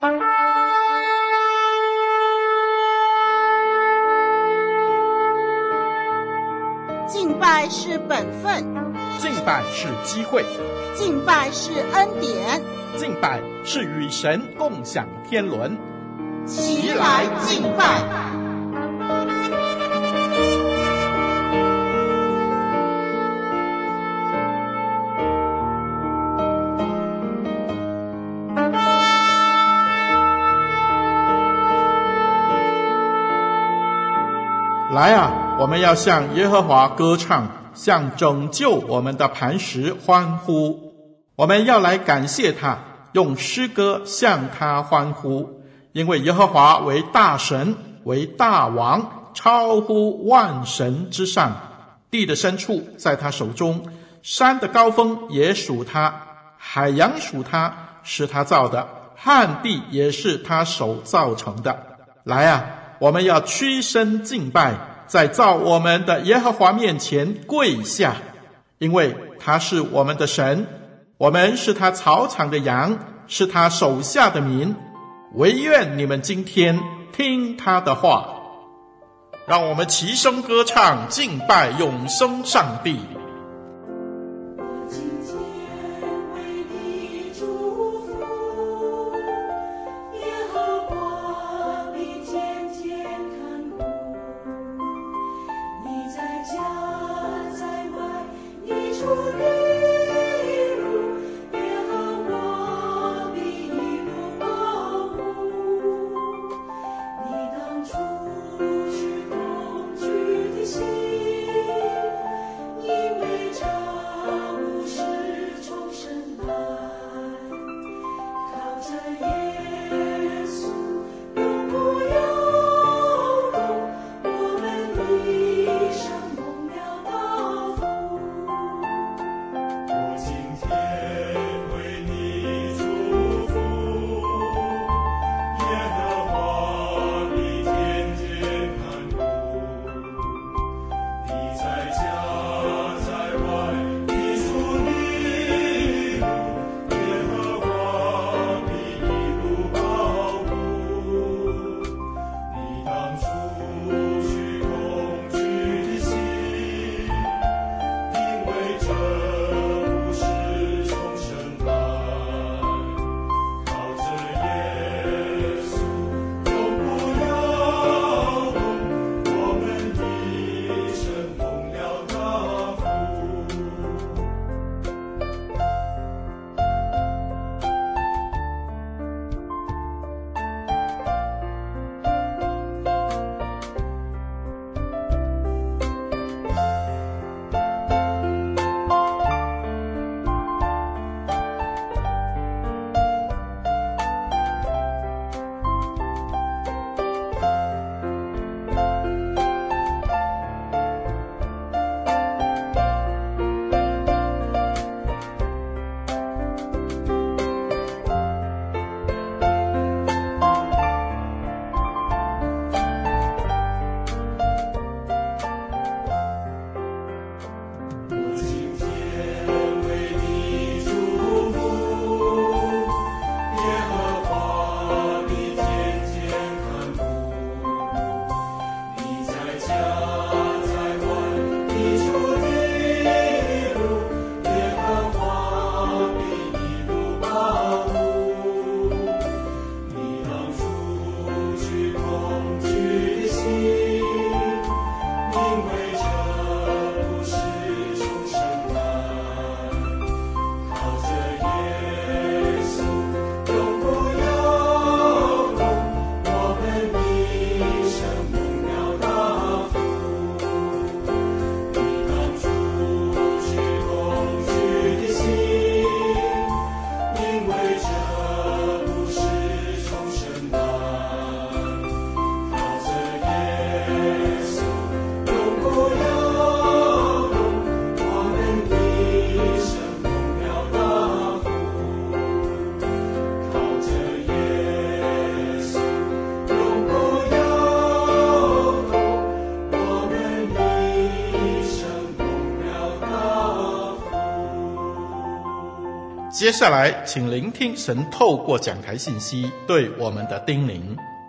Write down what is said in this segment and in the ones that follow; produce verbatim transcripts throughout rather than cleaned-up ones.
敬拜是本分， 敬拜是机会， 敬拜是恩典， 敬拜是与神共享天伦。 齐来敬拜。 来啊，我们要向耶和华歌唱，向拯救我们的磐石欢呼。我们要来感谢他，用诗歌向他欢呼，因为耶和华为大神，为大王，超乎万神之上。地的深处在他手中，山的高峰也属他，海洋属他，是他造的，旱地也是他手造成的。来啊，我们要屈身敬拜，在造我们的耶和华面前跪下，因为他是我们的神，我们是他草场的羊，是他手下的民。惟愿你们今天听他的话。让我们齐声歌唱，敬拜永生上帝。 你接下来请聆听神透过讲台信息对我们的叮咛。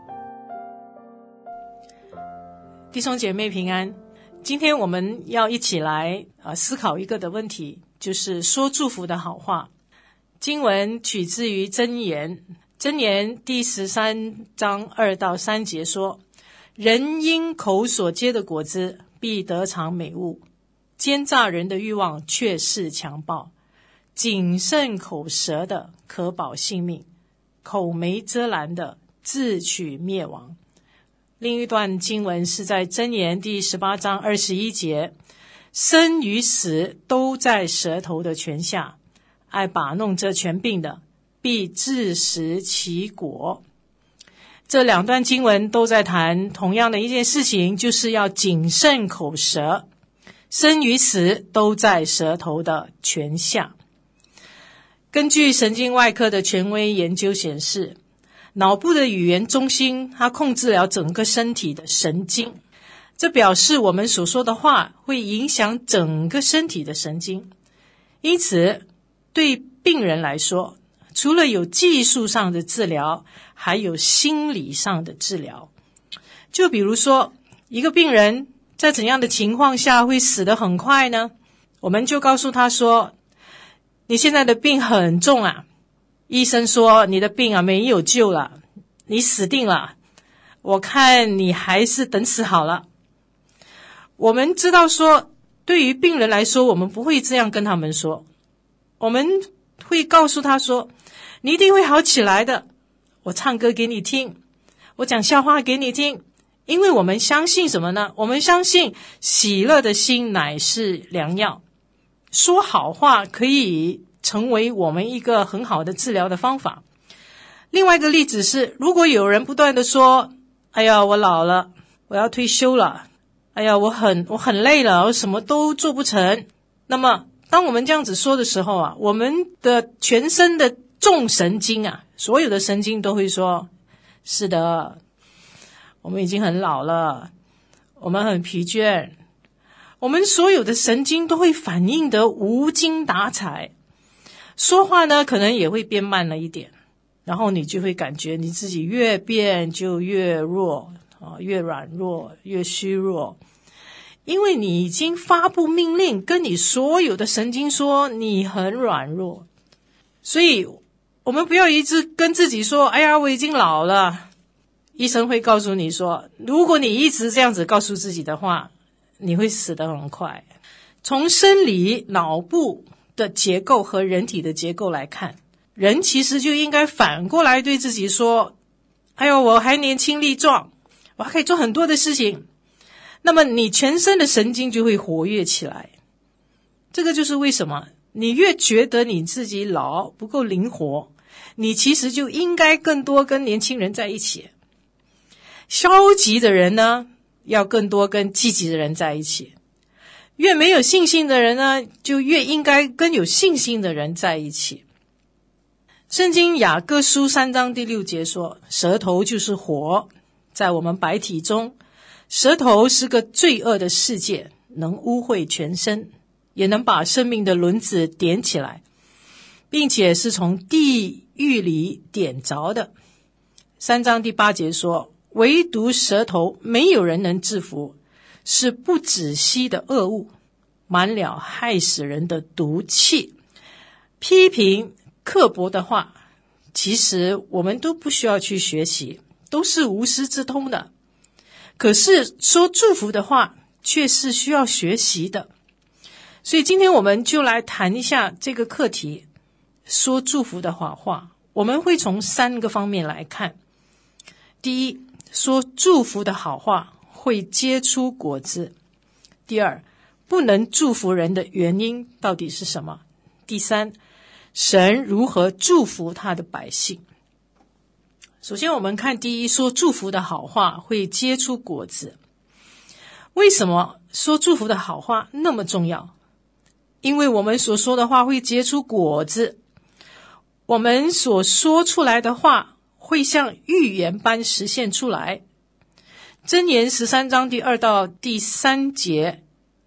弟兄姐妹平安，今天我们要一起来、呃、思考一个的问题，就是说祝福的好话。经文取自于箴言，箴言第十三章二到三节说，人因口所结的果子必得尝美物，奸诈人的欲望却是强暴，谨慎口舌的可保性命，口没遮拦的自取灭亡。另一段经文是在箴言第十八章二十一节，生与死都在舌头的权下，爱把弄这权柄的必自食其果。这两段经文都在谈同样的一件事情，就是要谨慎口舌，生与死都在舌头的权下。根据神经外科的权威研究显示，脑部的语言中心它控制了整个身体的神经，这表示我们所说的话会影响整个身体的神经。因此对病人来说，除了有技术上的治疗，还有心理上的治疗。就比如说，一个病人在怎样的情况下会死得很快呢？我们就告诉他说，你现在的病很重啊，医生说你的病啊没有救了，你死定了，我看你还是等死好了。我们知道说，对于病人来说，我们不会这样跟他们说，我们会告诉他说，你一定会好起来的，我唱歌给你听，我讲笑话给你听。因为我们相信什么呢？我们相信喜乐的心乃是良药，说好话可以成为我们一个很好的治疗的方法。另外一个例子是，如果有人不断的说，哎呀我老了，我要退休了，哎呀我很我很累了，我什么都做不成，那么当我们这样子说的时候啊，我们的全身的众神经啊，所有的神经都会说，是的，我们已经很老了，我们很疲倦，我们所有的神经都会反应得无精打采，说话呢可能也会变慢了一点，然后你就会感觉你自己越变就越弱、啊、越软弱越虚弱，因为你已经发布命令跟你所有的神经说你很软弱。所以我们不要一直跟自己说，哎呀我已经老了。医生会告诉你说，如果你一直这样子告诉自己的话，你会死得很快。从生理脑部的结构和人体的结构来看，人其实就应该反过来对自己说，哎呦我还年轻力壮，我还可以做很多的事情，那么你全身的神经就会活跃起来。这个就是为什么你越觉得你自己老不够灵活，你其实就应该更多跟年轻人在一起。消极的人呢，要更多跟积极的人在一起。越没有信心的人呢，就越应该跟有信心的人在一起。圣经雅各书三章第六节说，舌头就是火，在我们百体中，舌头是个罪恶的世界，能污秽全身，也能把生命的轮子点起来，并且是从地狱里点着的。三章第八节说，唯独舌头没有人能制服，是不止息的恶物，满了害死人的毒气。批评刻薄的话，其实我们都不需要去学习，都是无师自通的。可是说祝福的话却是需要学习的。所以今天我们就来谈一下这个课题，说祝福的好话。我们会从三个方面来看。第一，说祝福的好话会结出果子。第二，不能祝福人的原因到底是什么？第三，神如何祝福他的百姓。首先我们看第一，说祝福的好话会结出果子。为什么说祝福的好话那么重要？因为我们所说的话会结出果子，我们所说出来的话会像预言般实现出来。箴言十三章第二到第三节，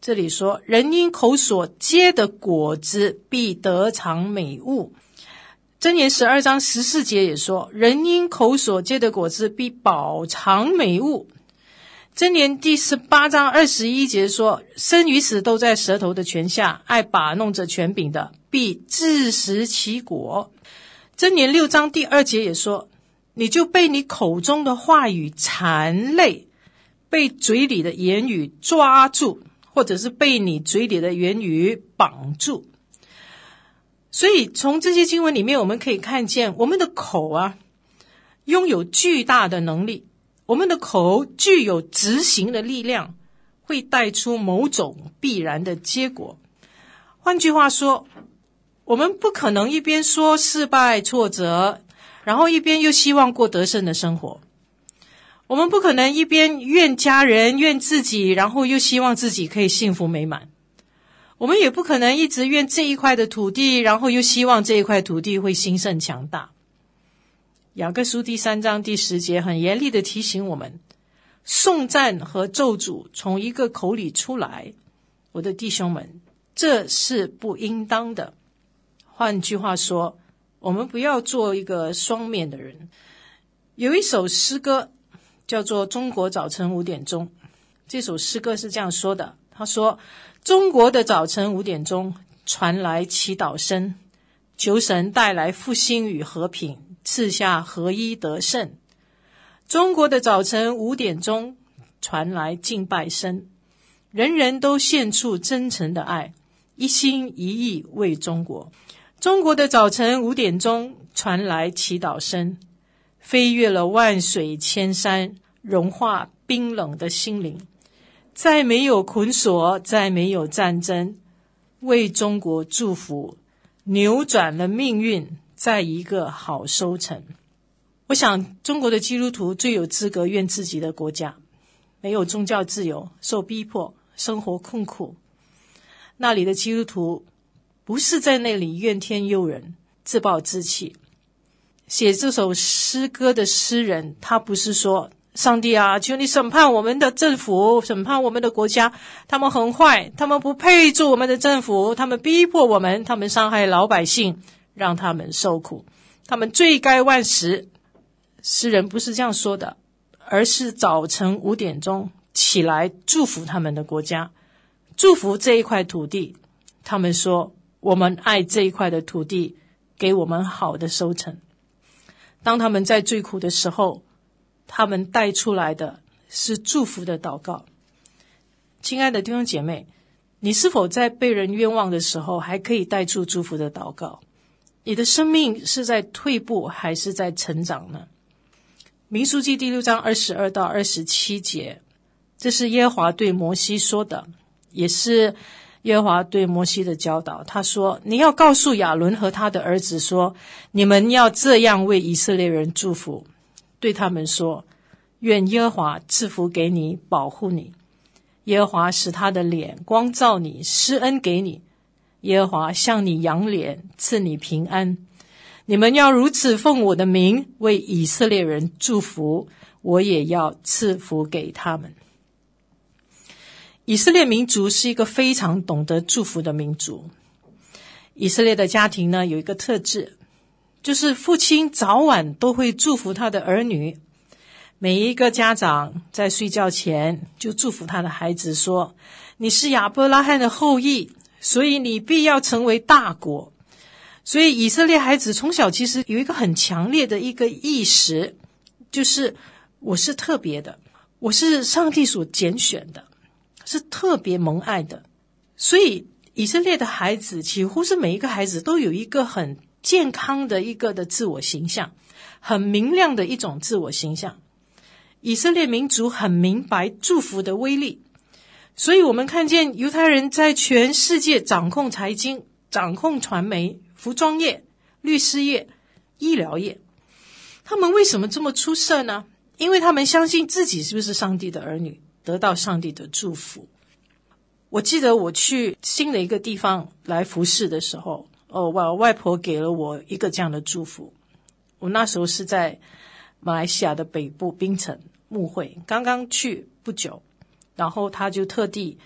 这里说人因口所结的果子必得尝美物。箴言十二章十四节也说人因口所结的果子必饱尝美物。箴言第十八章二十一节说生与死都在舌头的权下，爱把弄着权柄的必自食其果。箴言六章第二节也说你就被你口中的话语缠累，被嘴里的言语抓住，或者是被你嘴里的言语绑住。所以从这些经文里面我们可以看见我们的口啊拥有巨大的能力，我们的口具有执行的力量，会带出某种必然的结果。换句话说，我们不可能一边说失败挫折，然后一边又希望过得胜的生活。我们不可能一边怨家人怨自己，然后又希望自己可以幸福美满。我们也不可能一直怨这一块的土地，然后又希望这一块土地会兴盛强大。雅各书第三章第十节很严厉地提醒我们，颂赞和咒诅从一个口里出来，我的弟兄们，这是不应当的。换句话说，我们不要做一个双面的人。有一首诗歌叫做《中国早晨五点钟》，这首诗歌是这样说的，他说中国的早晨五点钟传来祈祷声，求神带来复兴与和平，赐下合一得胜。中国的早晨五点钟传来敬拜声，人人都献出真诚的爱，一心一意为中国。中国的早晨五点钟传来祈祷声，飞越了万水千山，融化冰冷的心灵。再没有捆锁，再没有战争，为中国祝福，扭转了命运，在一个好收成。我想中国的基督徒最有资格怨自己的国家，没有宗教自由，受逼迫，生活困苦。那里的基督徒不是在那里怨天尤人，自暴自弃。写这首诗歌的诗人，他不是说上帝啊，求你审判我们的政府，审判我们的国家，他们很坏，他们不配做我们的政府，他们逼迫我们，他们伤害老百姓，让他们受苦，他们罪该万死。诗人不是这样说的，而是早晨五点钟起来祝福他们的国家，祝福这一块土地。他们说我们爱这一块的土地，给我们好的收成。当他们在最苦的时候，他们带出来的是祝福的祷告。亲爱的弟兄姐妹，你是否在被人冤枉的时候还可以带出祝福的祷告？你的生命是在退步还是在成长呢？民数记第六章二十二到二十七节，这是耶和华对摩西说的，也是耶和华对摩西的教导。他说，你要告诉亚伦和他的儿子说，你们要这样为以色列人祝福，对他们说，愿耶和华赐福给你，保护你，耶和华使他的脸光照你，施恩给你，耶和华向你扬脸，赐你平安。你们要如此奉我的名为以色列人祝福，我也要赐福给他们。以色列民族是一个非常懂得祝福的民族。以色列的家庭呢，有一个特质，就是父亲早晚都会祝福他的儿女。每一个家长在睡觉前就祝福他的孩子说，你是亚伯拉罕的后裔，所以你必要成为大国。所以以色列孩子从小其实有一个很强烈的一个意识，就是我是特别的，我是上帝所拣选的，是特别蒙爱的。所以以色列的孩子几乎是每一个孩子都有一个很健康的一个的自我形象，很明亮的一种自我形象。以色列民族很明白祝福的威力，所以我们看见犹太人在全世界掌控财经，掌控传媒、服装业、律师业、医疗业。他们为什么这么出色呢？因为他们相信自己是不是上帝的儿女，得到上帝的祝福。我记得我去新的一个地方来服侍的时候，哦，我外婆给了我一个这样的祝福。我那时候是在马来西亚的北部槟城牧会，刚刚去不久，然后他就特地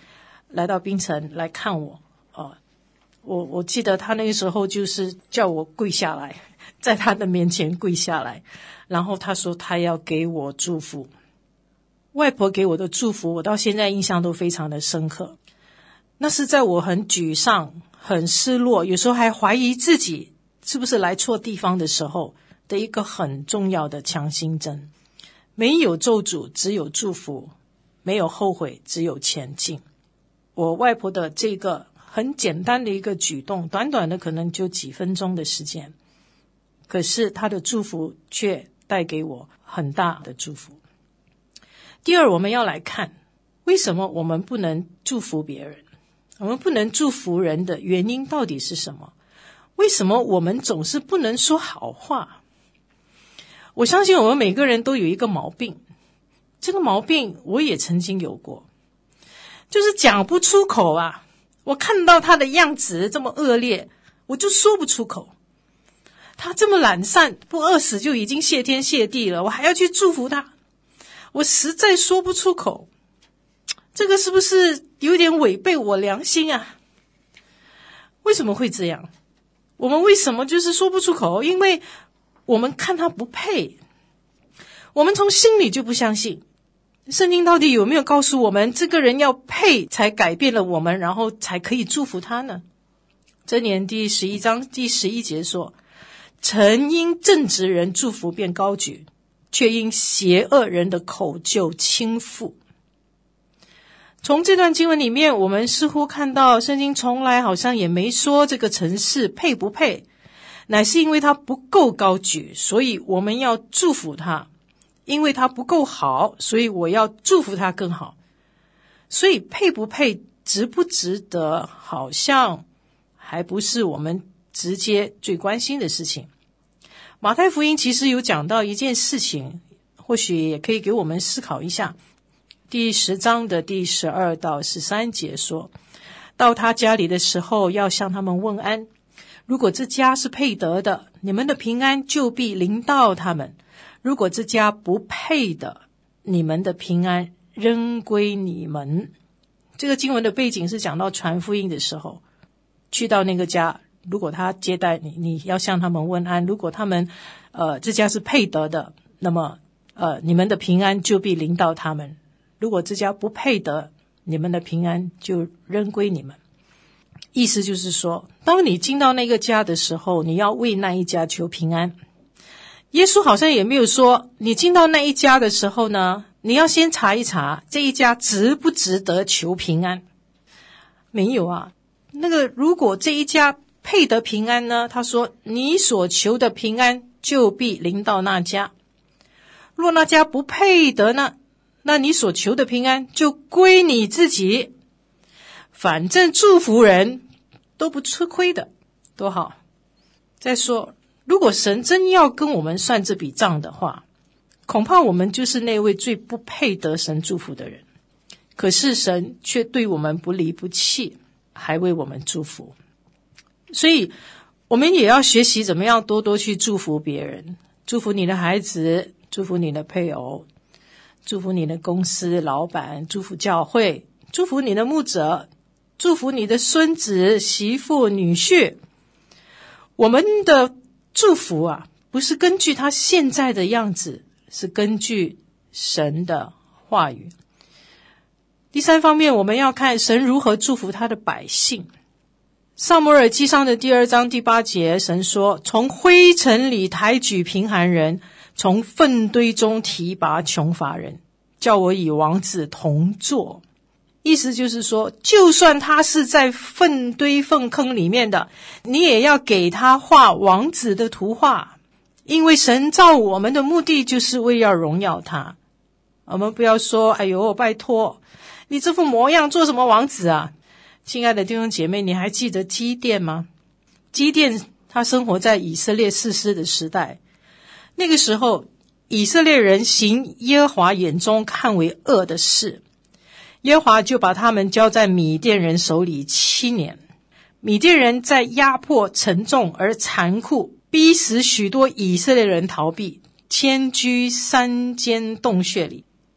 来到槟城来看我，呃，我我记得他那个时候就是叫我跪下来，在他的面前跪下来，然后他说他要给我祝福。外婆给我的祝福，我到现在印象都非常的深刻。那是在我很沮丧、很失落，有时候还怀疑自己是不是来错地方的时候的一个很重要的强心针。没有咒诅，只有祝福；没有后悔，只有前进。我外婆的这个很简单的一个举动，短短的可能就几分钟的时间，可是她的祝福却带给我很大的祝福。第二，我们要来看为什么我们不能祝福别人，我们不能祝福人的原因到底是什么？为什么我们总是不能说好话？我相信我们每个人都有一个毛病，这个毛病我也曾经有过，就是讲不出口啊。我看到他的样子这么恶劣，我就说不出口。他这么懒散，不饿死就已经谢天谢地了，我还要去祝福他，我实在说不出口。这个是不是有点违背我良心啊？为什么会这样？我们为什么就是说不出口？因为我们看他不配，我们从心里就不相信。圣经到底有没有告诉我们这个人要配才改变了我们，然后才可以祝福他呢？箴言第十一章第十一节说，曾因正直人祝福便高举，却因邪恶人的口就倾覆。从这段经文里面，我们似乎看到圣经从来好像也没说这个城市配不配，乃是因为他不够高举，所以我们要祝福他；因为他不够好，所以我要祝福他更好。所以配不配，值不值得，好像还不是我们直接最关心的事情。马太福音其实有讲到一件事情，或许也可以给我们思考一下。第十章的第十二到十三节说，到他家里的时候，要向他们问安。如果这家是配得的，你们的平安就必临到他们；如果这家不配的，你们的平安仍归你们。这个经文的背景是讲到传福音的时候，去到那个家，如果他接待你，你要向他们问安；如果他们呃这家是配得的，那么呃你们的平安就必临到他们；如果这家不配得，你们的平安就仍归你们。意思就是说，当你进到那个家的时候，你要为那一家求平安。耶稣好像也没有说，你进到那一家的时候呢，你要先查一查这一家值不值得求平安。没有啊，那个如果这一家配得平安呢，他说你所求的平安就必临到那家；若那家不配得呢，那你所求的平安就归你自己。反正祝福人都不吃亏的，多好。再说，如果神真要跟我们算这笔账的话，恐怕我们就是那位最不配得神祝福的人。可是神却对我们不离不弃，还为我们祝福。所以我们也要学习怎么样多多去祝福别人，祝福你的孩子，祝福你的配偶，祝福你的公司老板，祝福教会，祝福你的牧者，祝福你的孙子媳妇女婿。我们的祝福啊，不是根据他现在的样子，是根据神的话语。第三方面，我们要看神如何祝福他的百姓。撒母耳记上的第二章第八节，神说，从灰尘里抬举贫寒人，从粪堆中提拔穷乏人，叫我与王子同坐。意思就是说，就算他是在粪堆粪坑里面的，你也要给他画王子的图画，因为神造我们的目的就是为要荣耀他。我们不要说，哎呦，拜托，你这副模样做什么王子啊？亲爱的弟兄姐妹，你还记得基甸吗？基甸他生活在以色列士师的时代，那个时候以色列人行耶和华眼中看为恶的事，耶和华就把他们交在米甸人手里七年。米甸人在压迫沉重而残酷，逼使许多以色列人逃避，迁居山间洞穴里。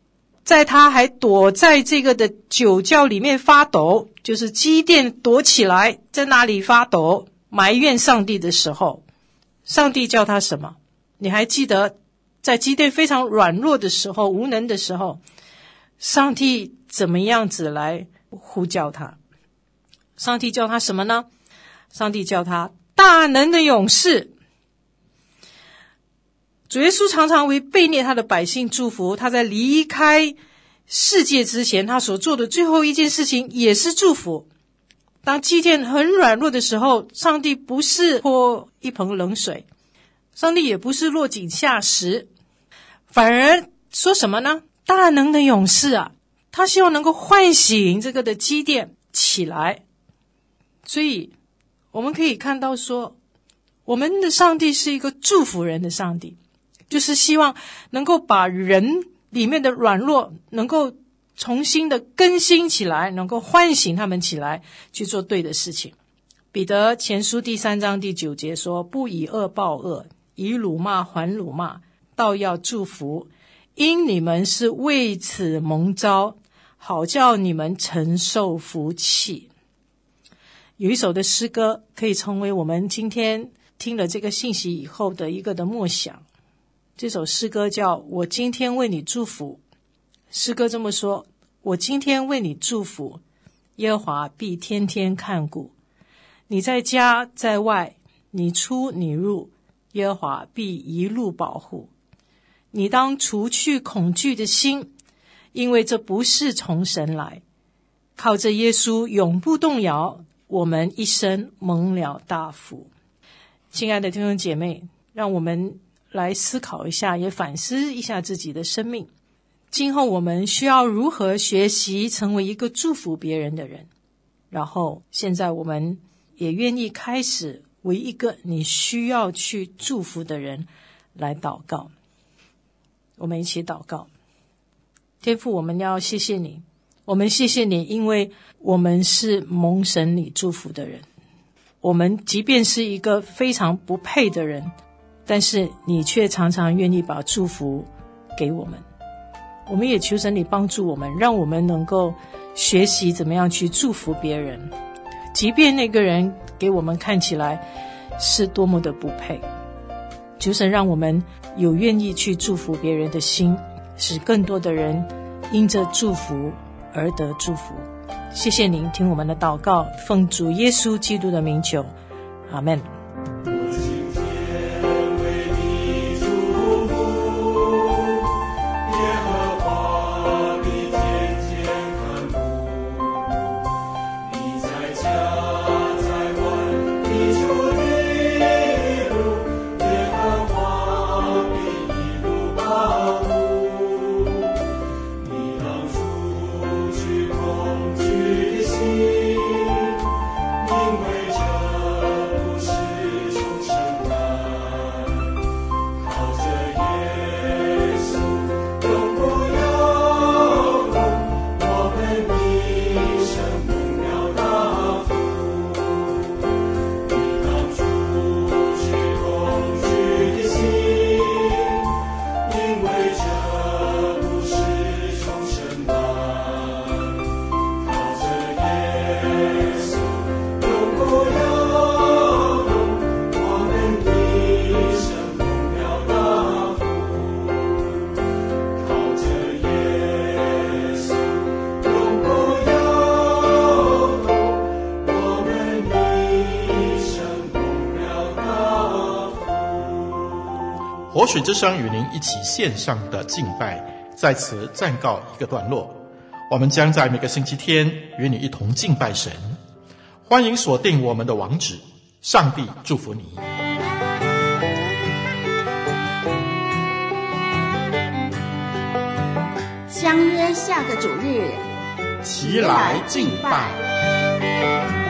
在他还躲在这个的酒窖里面发抖，就是基甸躲起来在那里发抖埋怨上帝的时候，上帝叫他什么？你还记得在基甸非常软弱的时候，无能的时候，上帝怎么样子来呼叫他？上帝叫他什么呢？上帝叫他大能的勇士。主耶稣常常为被虐他的百姓祝福，他在离开世界之前，他所做的最后一件事情也是祝福。当基甸很软弱的时候，上帝不是泼一盆冷水，上帝也不是落井下石，反而说什么呢？大能的勇士啊，他希望能够唤醒这个的基甸起来。所以我们可以看到说，我们的上帝是一个祝福人的上帝，就是希望能够把人里面的软弱能够重新的更新起来，能够唤醒他们起来去做对的事情。彼得前书第三章第九节说，不以恶报恶，以辱骂还辱骂，倒要祝福，因你们是为此蒙召，好叫你们承受福气。有一首的诗歌可以成为我们今天听了这个信息以后的一个的默想。这首诗歌叫我今天为你祝福。诗歌这么说，我今天为你祝福，耶和华必天天看顾你，在家在外，你出你入，耶和华必一路保护你。当除去恐惧的心，因为这不是从神来。靠着耶稣永不动摇，我们一生蒙了大福。亲爱的弟兄姐妹，让我们来思考一下，也反思一下自己的生命。今后我们需要如何学习成为一个祝福别人的人？然后现在我们也愿意开始为一个你需要去祝福的人来祷告。我们一起祷告。天父，我们要谢谢你，我们谢谢你，因为我们是蒙神你祝福的人。我们即便是一个非常不配的人，但是你却常常愿意把祝福给我们。我们也求神你帮助我们，让我们能够学习怎么样去祝福别人，即便那个人给我们看起来是多么的不配。求神让我们有愿意去祝福别人的心，使更多的人因着祝福而得祝福。谢谢您听我们的祷告，奉主耶稣基督的名求，阿们。 活水之声与您一起线上的敬拜在此暂告一个段落，我们将在每个星期天与你一同敬拜神。欢迎锁定我们的网址，上帝祝福你。 相约下个主日， 齐来敬拜。